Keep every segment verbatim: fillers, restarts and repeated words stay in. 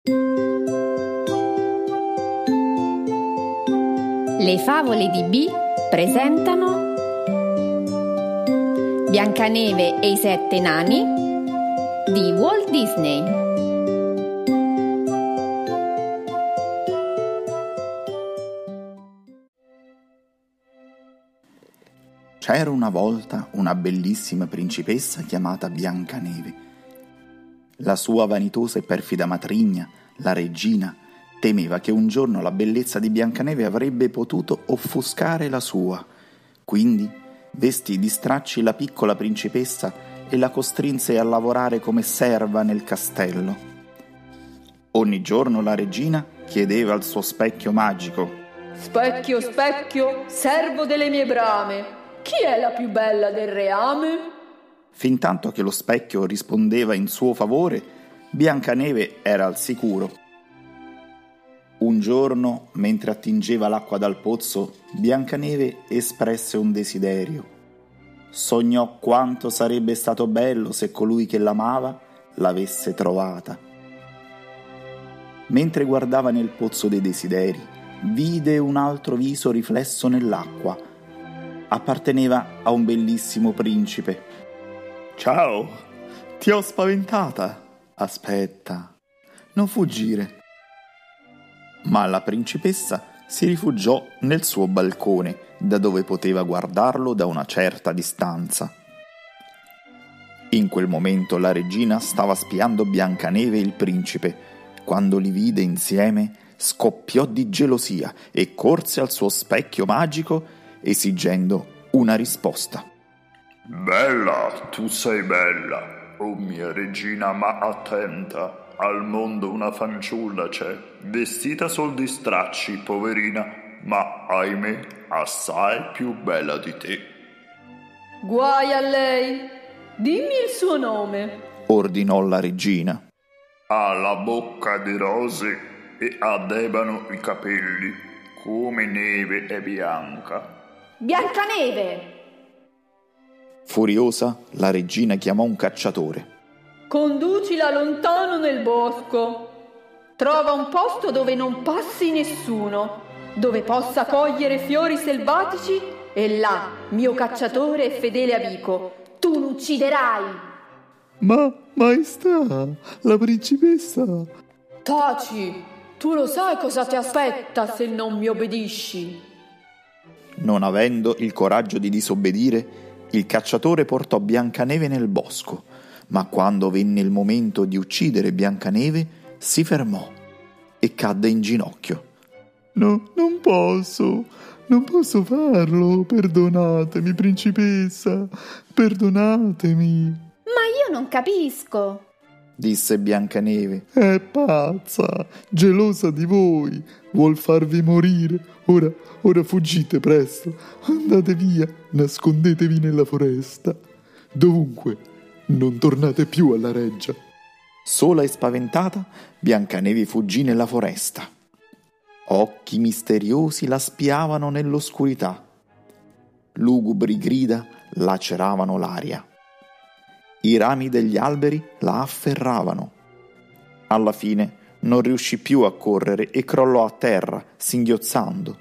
Le favole di B presentano Biancaneve e i sette nani di Walt Disney. C'era una volta una bellissima principessa chiamata Biancaneve. La sua vanitosa e perfida matrigna, la regina, temeva che un giorno la bellezza di Biancaneve avrebbe potuto offuscare la sua. Quindi vestì di stracci la piccola principessa e la costrinse a lavorare come serva nel castello. Ogni giorno la regina chiedeva al suo specchio magico: «Specchio, specchio, servo delle mie brame, chi è la più bella del reame?» Fintanto che lo specchio rispondeva in suo favore, Biancaneve era al sicuro. Un giorno, mentre attingeva l'acqua dal pozzo, Biancaneve espresse un desiderio. Sognò quanto sarebbe stato bello se colui che l'amava l'avesse trovata. Mentre guardava nel pozzo dei desideri, vide un altro viso riflesso nell'acqua. Apparteneva a un bellissimo principe. «Ciao, ti ho spaventata. Aspetta, non fuggire». Ma la principessa si rifugiò nel suo balcone, da dove poteva guardarlo da una certa distanza. In quel momento la regina stava spiando Biancaneve e il principe. Quando li vide insieme, scoppiò di gelosia e corse al suo specchio magico, esigendo una risposta. «Bella, tu sei bella, oh mia regina, ma attenta. Al mondo una fanciulla c'è, vestita sol di stracci, poverina, ma, ahimè, assai più bella di te». «Guai a lei, dimmi il suo nome», ordinò la regina. «Ha la bocca di rose e ad ebano i capelli, come neve è bianca». «Biancaneve!» Furiosa, la regina chiamò un cacciatore. «Conducila lontano nel bosco. Trova un posto dove non passi nessuno, dove possa cogliere fiori selvatici, e là, mio cacciatore e fedele amico, tu l'ucciderai». «Ma, maestà, la principessa...» «Taci, tu lo sai cosa ti aspetta se non mi obbedisci». Non avendo il coraggio di disobbedire, il cacciatore portò Biancaneve nel bosco. Ma quando venne il momento di uccidere Biancaneve, si fermò e cadde in ginocchio. «No, non posso, non posso farlo, perdonatemi, principessa, perdonatemi». Ma io non capisco, disse Biancaneve. «È pazza, gelosa di voi, vuol farvi morire. Ora, ora fuggite presto, andate via, nascondetevi nella foresta. Dovunque, non tornate più alla reggia». Sola e spaventata, Biancaneve fuggì nella foresta. Occhi misteriosi la spiavano nell'oscurità. Lugubri grida laceravano l'aria. I rami degli alberi la afferravano. Alla fine non riuscì più a correre e crollò a terra, singhiozzando.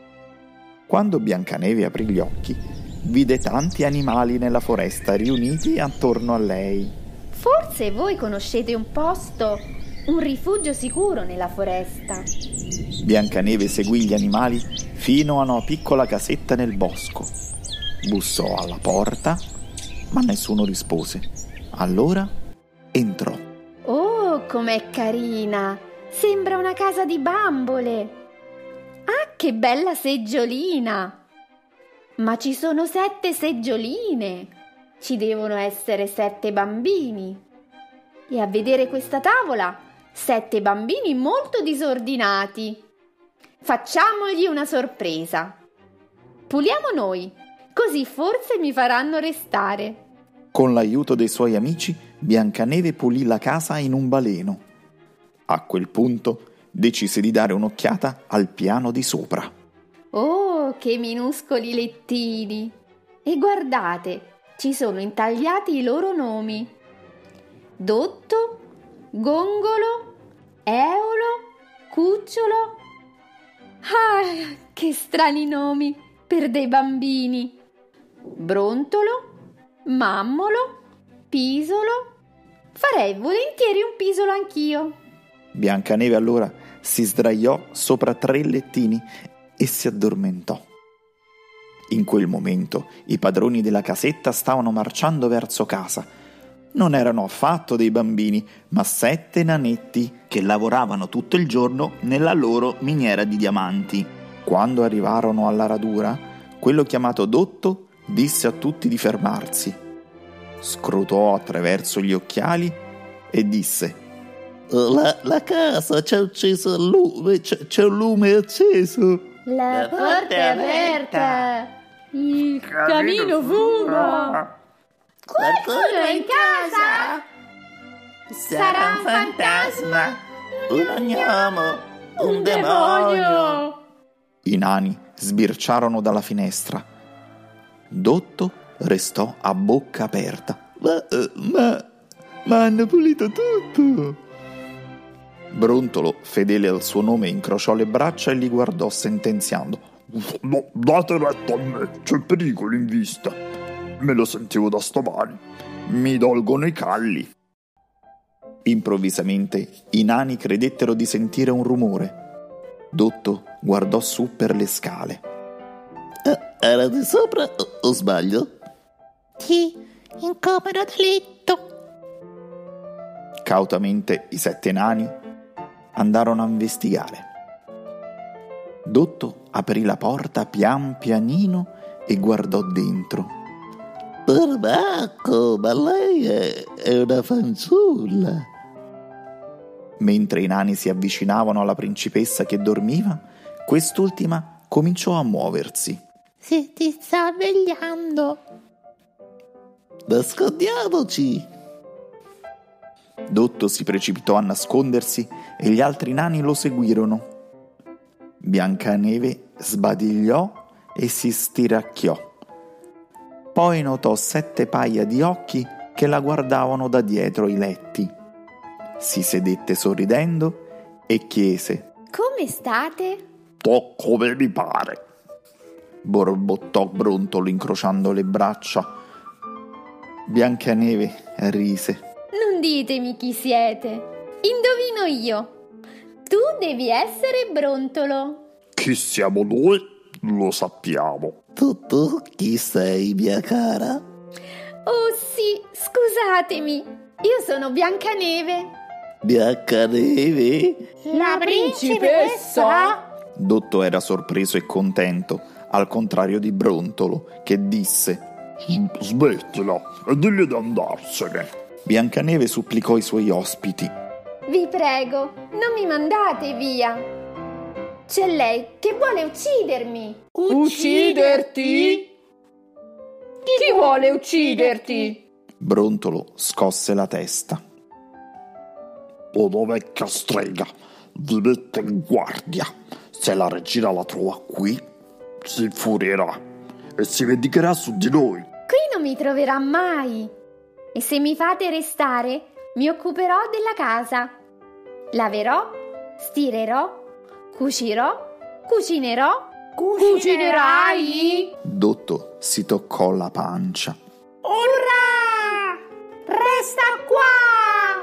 Quando Biancaneve aprì gli occhi, vide tanti animali nella foresta riuniti attorno a lei. Forse voi conoscete un posto, un rifugio sicuro nella foresta. Biancaneve seguì gli animali fino a una piccola casetta nel bosco. Bussò alla porta, ma nessuno rispose. Allora entrò. Oh, com'è carina! Sembra una casa di bambole. Ah, che bella seggiolina! Ma ci sono sette seggioline. Ci devono essere sette bambini. E a vedere questa tavola, sette bambini molto disordinati. Facciamogli una sorpresa. Puliamo noi, così forse mi faranno restare. Con l'aiuto dei suoi amici, Biancaneve pulì la casa in un baleno. A quel punto decise di dare un'occhiata al piano di sopra. Oh, che minuscoli lettini! E guardate, ci sono intagliati i loro nomi: Dotto, Gongolo, Eolo, Cucciolo. Ah, che strani nomi per dei bambini. Brontolo, Mammolo, Pisolo. Farei volentieri un pisolo anch'io. Biancaneve allora si sdraiò sopra tre lettini e si addormentò. In quel momento i padroni della casetta stavano marciando verso casa. Non erano affatto dei bambini, ma sette nanetti che lavoravano tutto il giorno nella loro miniera di diamanti. Quando arrivarono alla radura, quello chiamato Dotto disse a tutti di fermarsi. Scrutò attraverso gli occhiali e disse: La, la casa c'è acceso il lume, c'è, c'è un lume acceso. La porta è aperta. Il camino fuma. Qualcuno è in casa? Sarà un fantasma, un gnomo, un demonio. I nani sbirciarono dalla finestra. Dotto restò a bocca aperta. Ma, ma, ma hanno pulito tutto. Brontolo, fedele al suo nome, incrociò le braccia e li guardò sentenziando. No, date retta a me, c'è pericolo in vista. Me lo sentivo da stamani. Mi dolgono i calli. Improvvisamente i nani credettero di sentire un rumore. Dotto guardò su per le scale. Ah, era di sopra o, o sbaglio? Sì, in camera da letto. Cautamente i sette nani andarono a investigare. Dotto aprì la porta pian pianino e guardò dentro. Perbacco, ma lei è, è una fanciulla. Mentre i nani si avvicinavano alla principessa che dormiva, quest'ultima cominciò a muoversi. Si ti sta svegliando. Nascondiamoci. Dotto si precipitò a nascondersi e gli altri nani lo seguirono. Biancaneve sbadigliò e si stiracchiò. Poi notò sette paia di occhi che la guardavano da dietro i letti. Si sedette sorridendo e chiese: Come state? To come mi pare. Borbottò Brontolo incrociando le braccia. Biancaneve rise. Non ditemi chi siete. Indovino io. Tu devi essere Brontolo. Chi siamo noi? Lo sappiamo. Tu, tu, chi sei, mia cara? Oh sì, scusatemi. Io sono Biancaneve. Biancaneve? La principessa? Dotto era sorpreso e contento, al contrario di Brontolo, che disse: Smettila e digli di andarsene. Biancaneve supplicò i suoi ospiti. Vi prego, non mi mandate via. C'è lei che vuole uccidermi. Ucciderti? Chi vuole ucciderti? Brontolo scosse la testa. Una vecchia strega, vi metto in guardia. Se la regina la trova qui, si infurierà e si vendicherà su di noi. Qui non mi troverà mai. E se mi fate restare, mi occuperò della casa. Laverò, stirerò, cucirò, cucinerò. Cucinerai? Dotto si toccò la pancia. Urrà! Resta qua!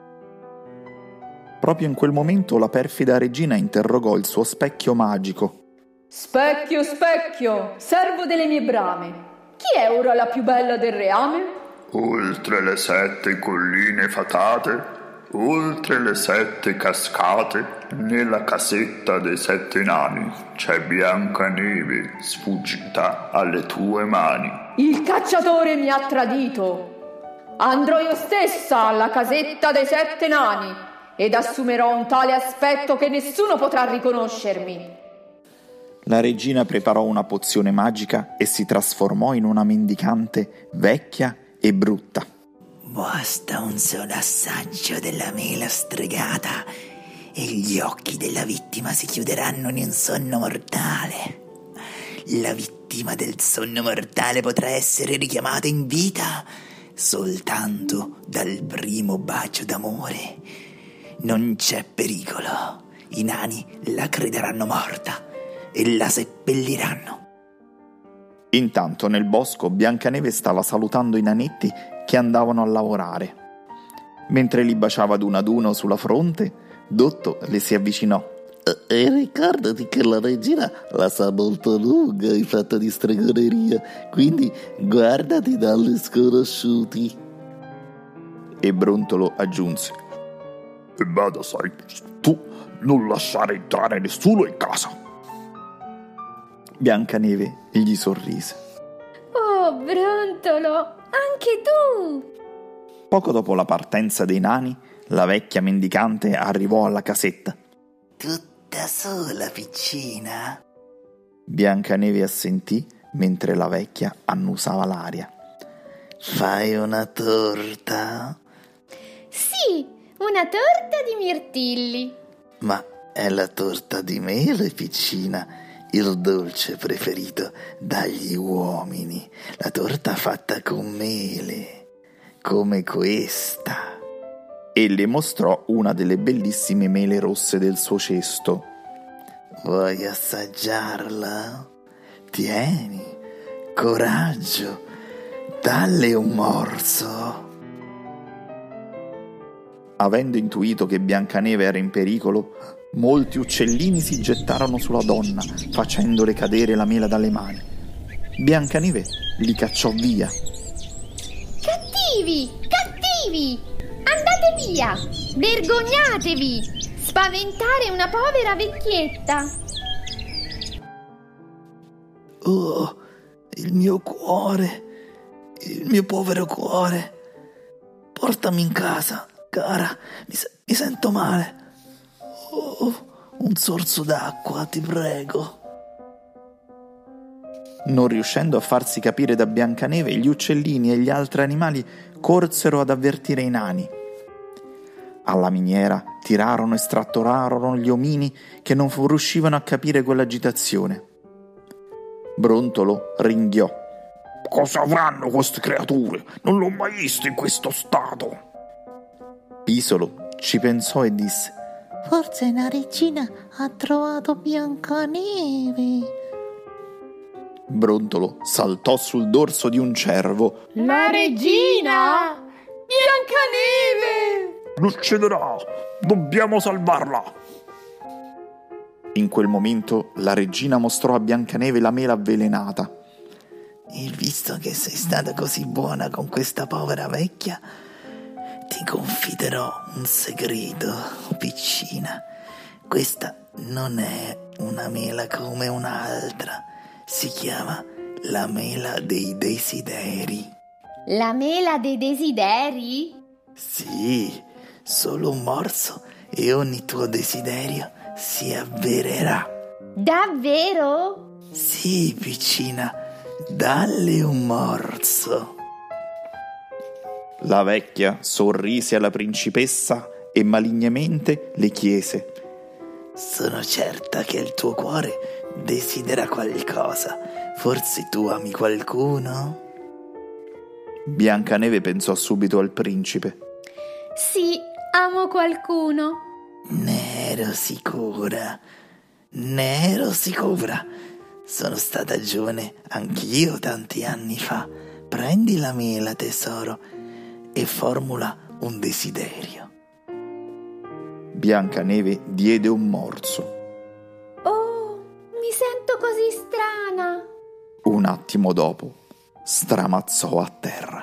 Proprio in quel momento la perfida regina interrogò il suo specchio magico. Specchio, specchio, servo delle mie brame. Chi è ora la più bella del reame? Oltre le sette colline fatate, oltre le sette cascate, nella casetta dei sette nani c'è Biancaneve sfuggita alle tue mani. Il cacciatore mi ha tradito. Andrò io stessa alla casetta dei sette nani ed assumerò un tale aspetto che nessuno potrà riconoscermi. La regina preparò una pozione magica e si trasformò in una mendicante vecchia e brutta. Basta un solo assaggio della mela stregata e gli occhi della vittima si chiuderanno in un sonno mortale. La vittima del sonno mortale potrà essere richiamata in vita soltanto dal primo bacio d'amore. Non c'è pericolo. I nani la crederanno morta e la seppelliranno. Intanto nel bosco Biancaneve stava salutando i nanetti che andavano a lavorare. Mentre li baciava ad uno ad uno sulla fronte, Dotto le si avvicinò. E ricordati che la regina la sa molto lunga in fatto di stregoneria, quindi guardati dalle sconosciuti. E Brontolo aggiunse: E bada, sai, tu non lasciare entrare nessuno in casa. Biancaneve gli sorrise. Oh, Brontolo, anche tu! Poco dopo la partenza dei nani, la vecchia mendicante arrivò alla casetta. Tutta sola, piccina? Biancaneve assentì mentre la vecchia annusava l'aria. Fai una torta? Sì, una torta di mirtilli. Ma è la torta di mele, piccina, il dolce preferito dagli uomini. La torta fatta con mele, come questa. E le mostrò una delle bellissime mele rosse del suo cesto. Vuoi assaggiarla? Tieni, coraggio, dalle un morso. Avendo intuito che Biancaneve era in pericolo, molti uccellini si gettarono sulla donna, facendole cadere la mela dalle mani. Biancaneve li cacciò via. Cattivi, cattivi! Andate via! Vergognatevi! Spaventare una povera vecchietta! Oh, il mio cuore, il mio povero cuore. Portami in casa, cara, mi, se- mi sento male. Oh, un sorso d'acqua, ti prego. Non riuscendo a farsi capire da Biancaneve, gli uccellini e gli altri animali corsero ad avvertire i nani. Alla miniera tirarono e strattorarono gli omini che non riuscivano a capire quell'agitazione. Brontolo ringhiò: Cosa avranno queste creature? Non l'ho mai visto in questo stato. Pisolo ci pensò e disse: Forse la regina ha trovato Biancaneve. Brontolo saltò sul dorso di un cervo. La regina! Biancaneve! Succederà! Dobbiamo salvarla! In quel momento la regina mostrò a Biancaneve la mela avvelenata. E visto che sei stata così buona con questa povera vecchia, ti confiderò un segreto, piccina. Questa non è una mela come un'altra. Si chiama la mela dei desideri. La mela dei desideri? Sì, solo un morso e ogni tuo desiderio si avvererà. Davvero? Sì, piccina, dalle un morso. La vecchia sorrise alla principessa e malignamente le chiese: Sono certa che il tuo cuore desidera qualcosa. Forse tu ami qualcuno? Biancaneve pensò subito al principe. Sì, amo qualcuno. Ne ero sicura, ne ero sicura. Sono stata giovane anch'io tanti anni fa. Prendi la mela, tesoro, e formula un desiderio. Biancaneve diede un morso. Oh, mi sento così strana. Un attimo dopo stramazzò a terra.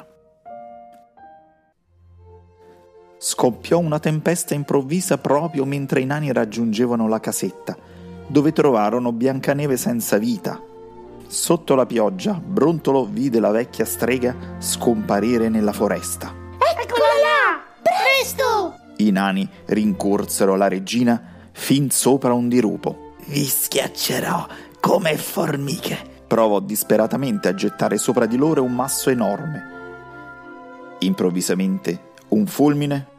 Scoppiò una tempesta improvvisa proprio mentre i nani raggiungevano la casetta, dove trovarono Biancaneve senza vita. Sotto la pioggia, Brontolo vide la vecchia strega scomparire nella foresta. Eccola là! Presto! I nani rincorsero la regina fin sopra un dirupo. Vi schiaccerò come formiche. Provò disperatamente a gettare sopra di loro un masso enorme. Improvvisamente un fulmine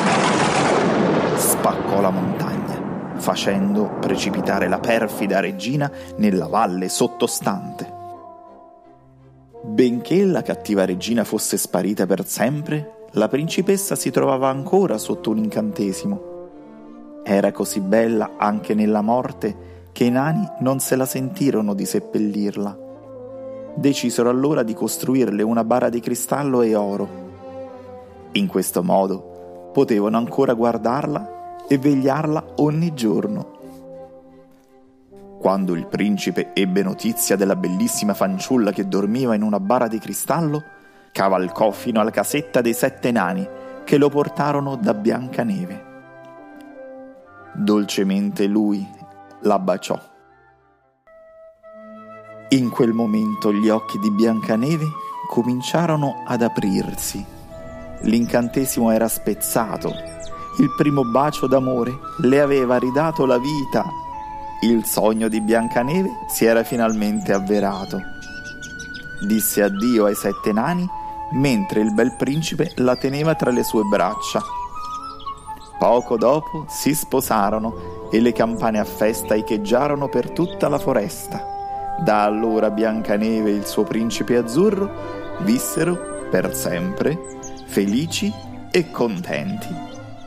spaccò la montagna, facendo precipitare la perfida regina nella valle sottostante. Benché la cattiva regina fosse sparita per sempre, la principessa si trovava ancora sotto un incantesimo. Era così bella anche nella morte che i nani non se la sentirono di seppellirla. Decisero allora di costruirle una bara di cristallo e oro. In questo modo potevano ancora guardarla e vegliarla ogni giorno. Quando il principe ebbe notizia della bellissima fanciulla che dormiva in una bara di cristallo, cavalcò fino alla casetta dei sette nani che lo portarono da Biancaneve. Dolcemente lui la baciò. In quel momento gli occhi di Biancaneve cominciarono ad aprirsi. L'incantesimo era spezzato. Il primo bacio d'amore le aveva ridato la vita. Il sogno di Biancaneve si era finalmente avverato. Disse addio ai sette nani mentre il bel principe la teneva tra le sue braccia. Poco dopo si sposarono e le campane a festa echeggiarono per tutta la foresta. Da allora Biancaneve e il suo principe azzurro vissero per sempre felici e contenti.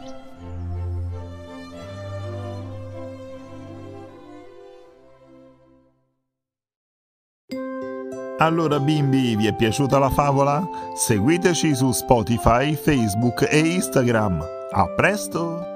Allora bimbi, vi è piaciuta la favola? Seguiteci su Spotify, Facebook e Instagram. A presto!